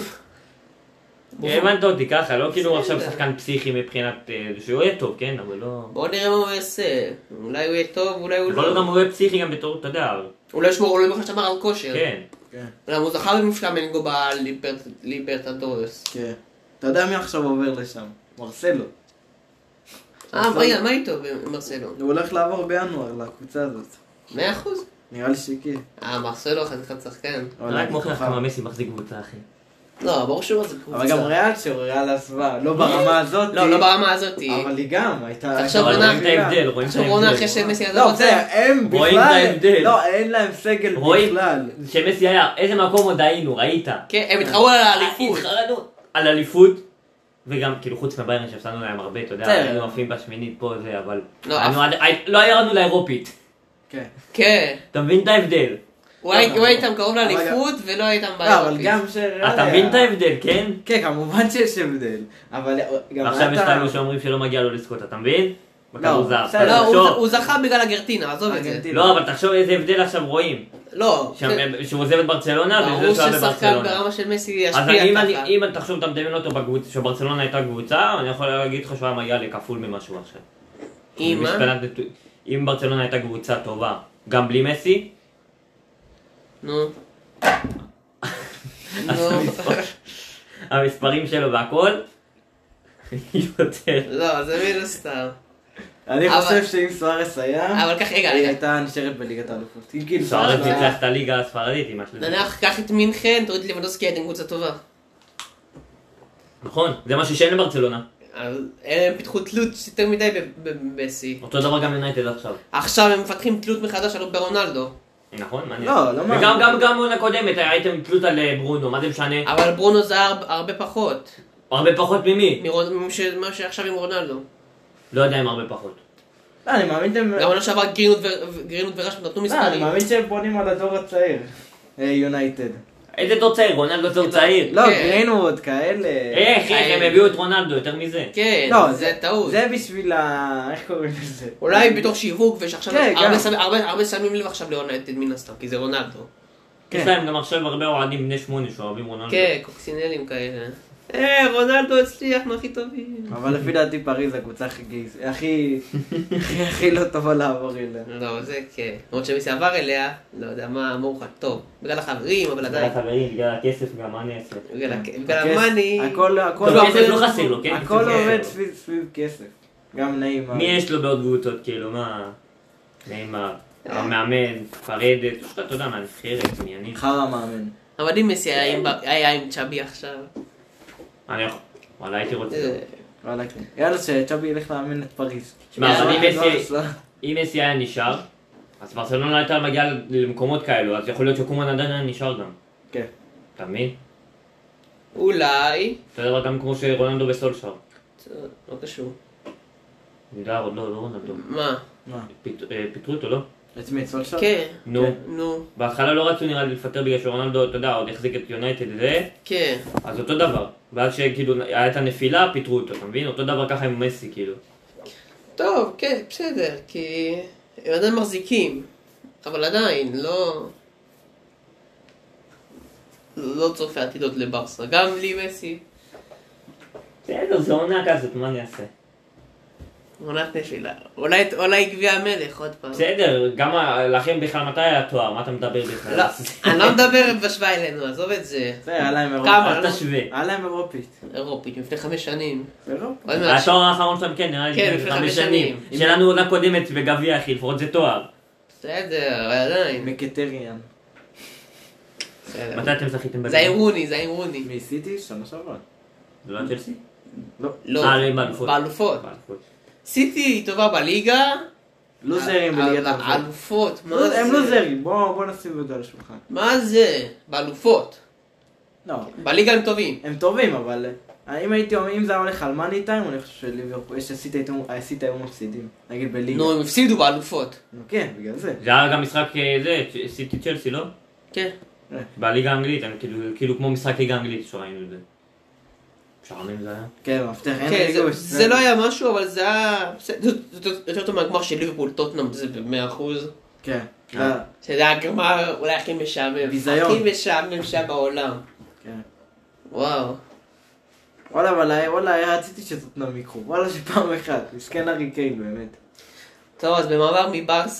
הבנת אותי ככה, לא כאילו עכשיו שחקן פסיכי מבחינת שהוא יהיה טוב, כן, אבל לא... בוא נראה מה הוא יעשה. אולי הוא יהיה טוב, אולי הוא יכול להיות לא. גם הוא יהיה פסיכי גם בתור, אתה יודע. אולי ישמור, אולי בכלל שמר על כושר. כן. למה הוא זכה במפקע מנגו בליברטדורס. כן. אתה יודע מי עכשיו עובר לשם? מרסלו. רגע, מה איתו מרסלו? הוא הולך לעבור בינואר לקבוצה הזאת. 100%? נראה לי שכן. מרסלו חתיכת שחקן. רק מוכיח כמה מסי מחזיק קבוצה, אחי. לא, ברור שהוא זה קבוצה. אבל גם ריאל עזבה, לא ברמה הזאת. לא ברמה הזאת. אבל היא גם הייתה... עכשיו אבל עונה- רואים את ההבדל, רואים את עכשיו עונה אחרי ההבדל. שמסי עזב לא, אותה. בסדר, הם רואים את בכלל... ההבדל. לא, אין להם סגל רואים בכלל. שמסי היה, איזה מקום עוד היינו, ראית? כן, הם התחרו על האליפות. התחרנו על אליפות, וגם כאילו חוץ מביירן שהפסדנו להם הרבה, אתה יודע, בסדר. היינו עפים בשמינית פה זה, אבל לא, לא ירדנו לאירופית. כן. כן. אתה מבין את ההבדל? הוא היה איתם קרוב לאליפות ולא היה איתם לא, אבל באירופית. גם שריאל... אתה מבין את ההבדל, כן? כן, כמובן שיש הבדל. אבל גם... עכשיו יש אתה- כאלו שאומרים שלא מגיע לו לזכות, אתה מבין? בכדורזר. בסדר. לא, תחשוב. הוא זכה בגלל ארגנטינה, עזוב את זה. ארגנטינה. לא, אבל תחשוב איזה הבדל עכשיו רואים. לא. שהוא עוזב את ברצלונה ברור וזה שהוא היה ששחקן בברצלונה. ברמה של מסי אז ישפיע ככה. אם תחשוב, אתה מדמיין אותו בקבוצה, שברצלונה הייתה קבוצה, אני יכול להגיד לך שהוא היה מגיע לכפול ממשהו עכשיו. אם ברצלונה הייתה קבוצה טובה, גם בלי מסי, נו. אז המספרים שלו והכל, יותר. לא, זה מן הסתם. אני אבל- חושב שאם סוארס היה... אבל כך, רגע, היא רגע. הייתה נשארת בליגת האלופות. אם כאילו סוארץ היה- ניצח את הליגה הספרדית עם השלטים. נניח, קח את מינכן, תוריד את לבנדובסקי, הייתם קבוצה טובה. נכון, זה משהו שאין לברצלונה. אז הם פיתחו תלות יותר מדי במסי. אותו דבר גם יונייטד עכשיו. עכשיו הם מפתחים תלות מחדש על ברונלדו. נכון? מעניין. לא מאמין. וגם עונה קודמת הייתם תלות על ברונו, מה זה משנה? אבל ברונו זה הרבה פחות. הרבה פחות ממי? ממה שעכשיו עם רונלדו. לא יודע אם הרבה פחות. לא, אני מאמין שאתם... גם עונה שעברה גרינווד ורשפורד נתנו לא, אני מספרים. מאמין שהם בונים על הדור הצעיר. יונייטד. איזה דור צעיר? רונלדו דור צעיר. לא, כן. גרינווד, כאלה. איך, הם הביאו את רונלדו יותר מזה. כן, לא, זה טעות. זה בשביל ה... איך קוראים לזה? אולי בתוך שיווק, ושעכשיו כן, גם. הרבה שמים לב עכשיו ליונייטד מן הסתם, כי זה רונלדו. יש להם גם עכשיו הרבה אוהדים בני 8 שאוהבים רונלדו. כן, קוקסינלים כאלה. רונלדו הצליח, אנחנו הכי טובים. אבל לפי דעתי פריז הקבוצה הכי לא טובה לעבור אליה. לא, זה כן. למרות שמסי עבר אליה, לא יודע מה אמרו לך, טוב, בגלל החברים, אבל בגלל עדיין. החברים, בגלל הכסף גם, מה אני אעשה? בגלל המאני. הכל לא, כסף לא חסר לו, כן? הכל כסף עובד חסר לו. סביב כסף. גם נעימה. מי יש לו בעוד קבוצות, כאילו, מה? נעימה, המאמן, פרדת, אתה יודע, מהנבחרת, מעניינים. חרא מאמן. אבל אם מסי היה עם צ'אבי עכשיו. אני יכול, וואלה, הייתי רוצה. וואלה כן. יאללה שצ'אבי ילך לאמן את פריז. שמע, אבל לא, אם מסי היה נשאר, אז ברצלונה הייתה מגיעה למקומות כאלו, אז יכול להיות שקומן עדיין היה נשאר גם. כן. אתה מבין? אולי. אתה יודע, גם כמו שרונלדו וסולשר. לא קשור. נדע, עוד לא רונלדו. מה? מה? פיטרו אותו, לא? את מי? את סולשר? כן. נו. נו. בהתחלה לא רצו נראה לי לפטר בגלל שרונלדו, אתה יודע, עוד החזיק את יונייטד וזה, כן. אז אותו דבר. ואז שכאילו היה את הנפילה, פיטרו אותו, אתה מבין? אותו דבר ככה עם מסי, כאילו. טוב, כן, בסדר, כי הם עדיין מחזיקים, אבל עדיין, לא צופה עתידות לברסה, גם לי מסי, בסדר, זה עונה כזאת, מה אני אעשה? עונת נפילה, אולי גביע המלך עוד פעם. בסדר, גם לכם בכלל מתי היה תואר? מה אתה מדבר בכלל? לא, אני לא מדבר בהשוואה אלינו, עזוב את זה. זה, היה להם אירופית. כמה? אל תשווה. היה להם אירופית. אירופית, לפני 5 שנים. אירופית. עוד מעט התואר האחרון שלהם כן, נראה לי כן, לפני לפני 5 5 שנים. שנים. שלנו עונה קודמת בגביע, אחי, לפחות זה תואר. בסדר, אבל עדיין. מקטריאן. בסדר. מתי אתם זכיתם זה עם רוני. מסיטי? שנה שעברה. זה לא צ'לסי? לא. לא, באלופות. באלופות. באלופות. סיטי היא טובה בליגה. לוזרים בליגת האלופות. אלופות, מה זה? הם לוזרים, בוא נשים את זה על השולחן. מה זה? באלופות. לא. בליגה הם טובים. הם טובים, אבל אם זה היה הולך על מאני טיים, אני חושב שליברפול, הסיטי היו מפסידים, נגיד בליגה. נו, הם הפסידו באלופות. נו כן, בגלל זה. זה היה גם משחק סיטי צ'לסי, לא? כן. בליגה האנגלית, כאילו כמו משחק ליגה האנגלית שראינו את זה. משעמם זה היה? כן, מפתח, אין כן, ריגוש. זה לא היה משהו, אבל זה היה... זה יותר טוב מהגמר של ליברפול טוטנאם, זה ב100%. כן. זה היה הגמר אולי הכי משעמם. ביזיון. הכי משעמם שהיה בעולם. כן. וואו. וואלה, רציתי שטוטנאם יקחו. וואלה, שפעם אחת. מסכן הארי קיין, באמת. טוב, אז במעבר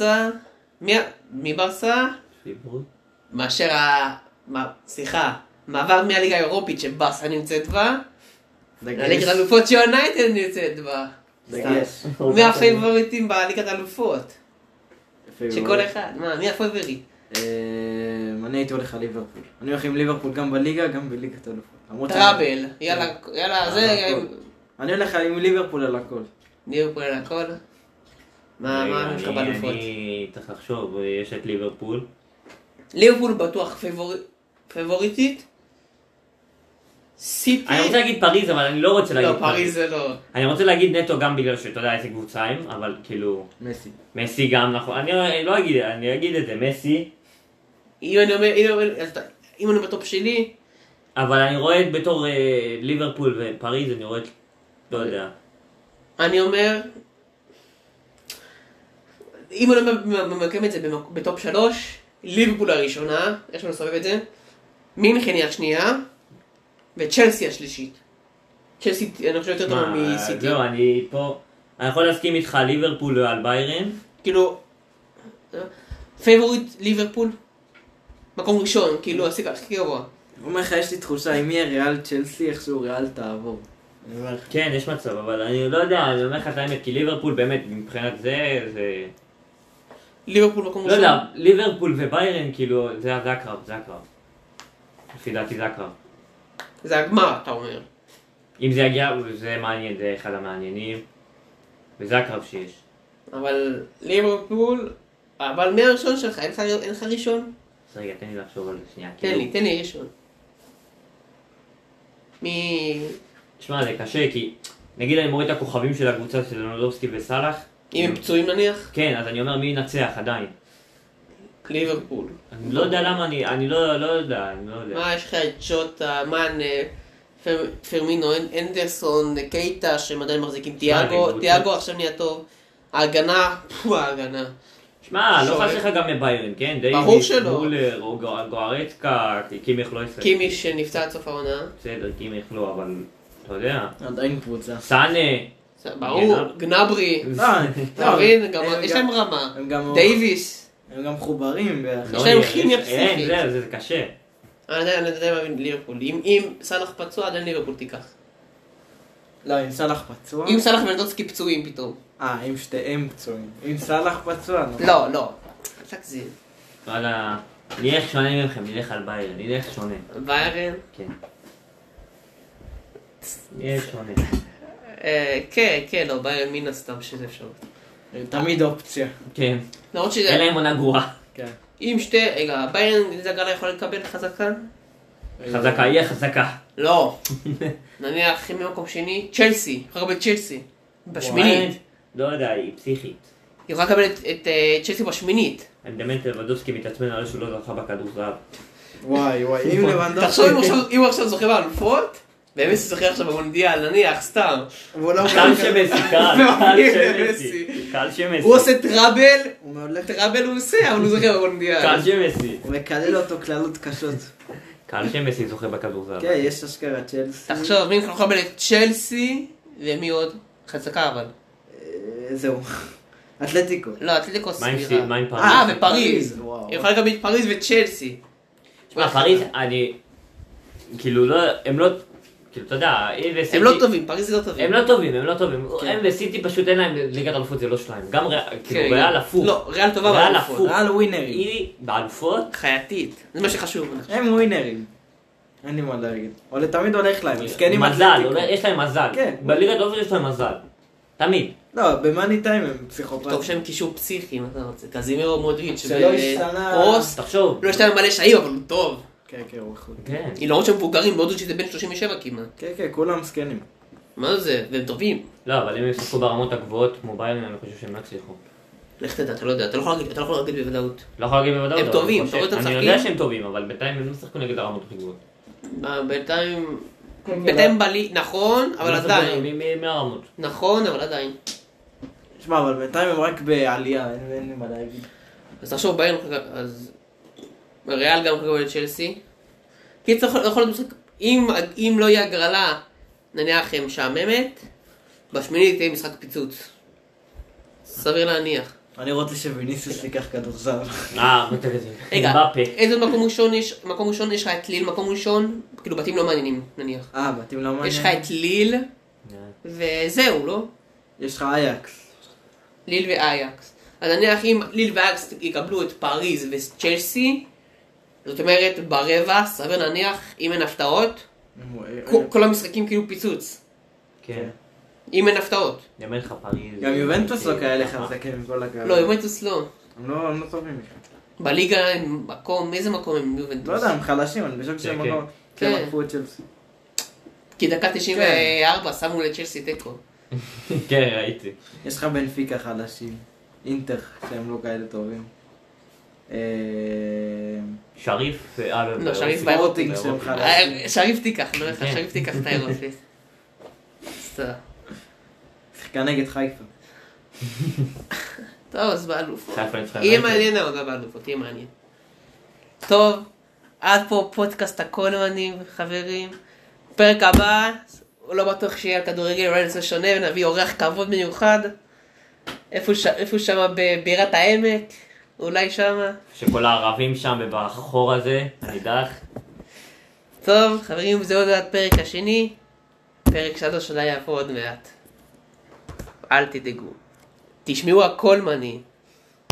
מברסה, מאשר מעבר מהליגה האירופית שברסה נמצאת בה, לליגת האלופות שיונייטד נמצאת בה. דגש. מי הפייבוריטים בליגת האלופות? שכל אחד, מי הפייבוריט? אני הייתי הולך על ליברפול. אני הולך עם ליברפול גם בליגה, גם בליגת האלופות. טראבל, יאללה, זה... אני הולך עם ליברפול על הכל. ליברפול על הכל? מה יש לך באלופות? אני צריך לחשוב, יש את ליברפול. ליברפול בטוח פייבוריטית? סיטי? אני רוצה להגיד פריז, אבל אני לא רוצה להגיד לא, פריז זה לא. אני רוצה להגיד נטו גם בגלל שאתה יודע איזה קבוצה הם, אבל כאילו... מסי גם נכון. אני לא אגיד, אני אגיד את זה, מסי. אם אני בטופ שלי... אבל אני רואה את בתור ליברפול ופריז, אני רואה את... לא יודע. אני אומר... אם אני ממקם את זה בטופ 3, ליברפול הראשונה, יש לנו לסובב את זה, מינכן היא השנייה, וצ'לסי השלישית. צ'לסי, אני חושב יותר טוב מסיטי. זהו, אני פה... אני יכול להסכים איתך על ליברפול ועל ביירן. כאילו... פייבוריט ליברפול? מקום ראשון, כאילו, הכי גבוה. הוא אומר לך, יש לי תחושה, אם יהיה ריאל צ'לסי, איכשהו ריאל תעבור. כן, יש מצב, אבל אני לא יודע, אני אומר לך את האמת, כי ליברפול באמת, מבחינת זה... ליברפול מקום ראשון? לא יודע, ליברפול וביירן, כאילו, זה הקרב, זה הקרב. לפי דעתי זה הקרב. זה הגמר, אתה אומר. אם זה יגיע, זה מעניין, זה אחד המעניינים. וזה הקרב שיש. אבל ליברפול... אבל מהראשון שלך, אין לך ראשון? אז רגע, תן לי לחשוב על זה שנייה. תן לי ראשון. תשמע, זה קשה, כי... נגיד אני מוריד את הכוכבים של הקבוצה של לנדובסקי וסלאח. אם הם פצועים נניח? כן, אז אני אומר מי ינצח עדיין. ליברפול. אני לא יודע למה אני לא יודע. מה, יש לך את ג'וטה, מן, פרמינו, אנדרסון, קייטה, שהם עדיין מחזיקים, תיאגו עכשיו נהיה טוב. ההגנה, ההגנה. שמע, לא חסר לך גם מביירן, כן? דייוויס, מולר, או גוארצקה, קימיך לא יסתכל. קימיך שנפצע עד סוף העונה. בסדר, קימיך לא, אבל אתה יודע. עדיין קבוצה. סאנה. ברור, גנברי. תבין, יש להם רמה. דייוויס. הם גם מחוברים. יש להם כימיה פסיכית. זה קשה. אני עדיין מאמין ליברפול. אם סלאח פצוע, עדיין ליברפול תיקח. לא, אם סלאח פצוע... אם סלאח ולנדובסקי פצועים פתאום. אם שתיהם פצועים. אם סלאח פצוע... לא. תקזיב. וואלה, נלך שונה ממכם, נלך על ביירן, נלך שונה. ביירן? כן. נלך שונה. כן, לא, ביירן מן הסתם שזה אפשרות. תמיד אופציה. כן. אין להם עונה גרועה. כן. אם רגע, ביירן זגלה יכול לקבל חזקה? חזקה, יהיה חזקה. לא. נניח ממקום שני, צ'לסי. יכול לקבל צ'לסי. בשמינית. לא יודע, היא פסיכית. היא יכולה לקבל את צ'לסי בשמינית. אני מדמיין את לבנדובסקי מתעצבן על שהוא לא זכה בכדור זהב. וואי, אם לבנדובסקי... תחשוב אם הוא עכשיו זוכה באלופות, באמת הוא זוכה עכשיו במונדיאל, נניח, סתם. קל שמסי, קל שמסי. הוא עושה טראבל הוא עושה, אבל הוא זוכה במונדיאל. קל שמסי. הוא מקלל אותו כללות קשות. קל שמסי זוכה בכדור זהב. כן, יש אשכרה צ'לסי. תחשוב, מי יכול לקבל את צ'לסי, ומי עוד? חזקה אבל. זהו. אתלטיקו. לא, אתלטיקו סבירה. מה עם פריז? ופריז. היא יכולה לקבל את פריז וצ'לסי. פריז, כאילו לא, הם לא, כאילו אתה יודע, הם לא טובים, פריז לא טובים. הם לא טובים. הם וסיטי פשוט אין להם ליגת אלופות, זה לא שלהם. גם ריאל הפוך. לא, ריאל טובה באלופות. ריאל ווינרים. היא באלופות. חייתית. זה מה שחשוב. הם ווינרים. אין לי מה להגיד. או לתמיד הולך להם. מזל, יש להם מזל. בליגת אלופות יש להם מזל. תמיד. לא, במאני טיים הם פסיכופטים. טוב שהם קישור פסיכי, אם אתה רוצה. קזימירו מודריץ' שלא השתנה. קרוס. תחשוב. לא יש להם מלא שעים, אבל הוא טוב. כן, כן, הוא איכות. כן. היא למרות שהם מבוגרים, מאוד שזה בין 37 כמעט. כן, כן, כולם סקנים. מה זה? והם טובים. לא, אבל אם הם ישחקו ברמות הגבוהות מוביילים, אני חושב שהם לא יצליחו. לך תדע, אתה לא יודע, אתה לא יכול להגיד בוודאות. לא יכול להגיד בוודאות. הם אבל טובים, אני אתה רואה את חושב- אני המשחקים? יודע שהם טובים, אבל בינתיים הם לא שחקו נגד הרמות הכי גבוהות. בינתיים בלי, נכון, אבל עדיין. מהרמות. נכון, אבל עדיין. שמע, אבל בינתיים הם רק בעלייה, אין לי מה להגיד. אז תחשוב, ביירן, אז ריאל גם חגגו לצ'לסי. קיצר, יכול להיות משחק, אם לא יהיה הגרלה, נניח משעממת, בשמינית יהיה משחק פיצוץ. סביר להניח. אני רוצה שוויניסיוס ייקח כדורסל. בטח את זה. רגע, בפה. איזה מקום ראשון יש? מקום ראשון יש לך את ליל, מקום ראשון, כאילו בתים לא מעניינים, נניח. בתים לא מעניין. יש לך את ליל, וזהו, לא? יש לך אייקס. ליל ואייקס. אז נניח אם ליל ואייקס יקבלו את פריז וצ'לסי, זאת אומרת ברבע, סביר להניח, אם אין הפתעות, כל המשחקים כאילו פיצוץ. כן. אם אין הפתעות. יאמן לך פריז. גם יובנטוס לא כאלה חזקים עם כל הקהל. לא, יובנטוס לא. הם לא טובים בכלל. בליגה הם מקום, איזה מקום הם יובנטוס? לא יודע, הם חלשים, אני חושב שהם כן. לא... כן. הם עקפו את צ'לסי. כי דקה 94 שמו לצ'לסי תיקו. כן, ראיתי. יש לך בנפיקה חלשים. אינטר, שהם לא כאלה טובים. שריף, לא, שריף ספורטינג שהם חלשים. שריף תיקח, אני אומר לך, שריף תיקח את האירופית. סתם. שיחקה נגד חיפה. טוב, אז באלוף. חיפה ניצחה יהיה יונייטד. מעניין העונה באלופות, יהיה מעניין. טוב, עד פה פודקאסט הקולמנים, חברים. פרק הבא, לא בטוח שיהיה על כדורגל, אולי נעשה שונה ונביא אורח כבוד מיוחד. איפה שמה בבירת העמק, אולי שמה. שכל הערבים שם בחור הזה, הנידח. טוב, חברים, זה עוד הפרק השני. פרק 3 אולי יבוא עוד מעט. אל תדאגו. תשמעו הקולמנים.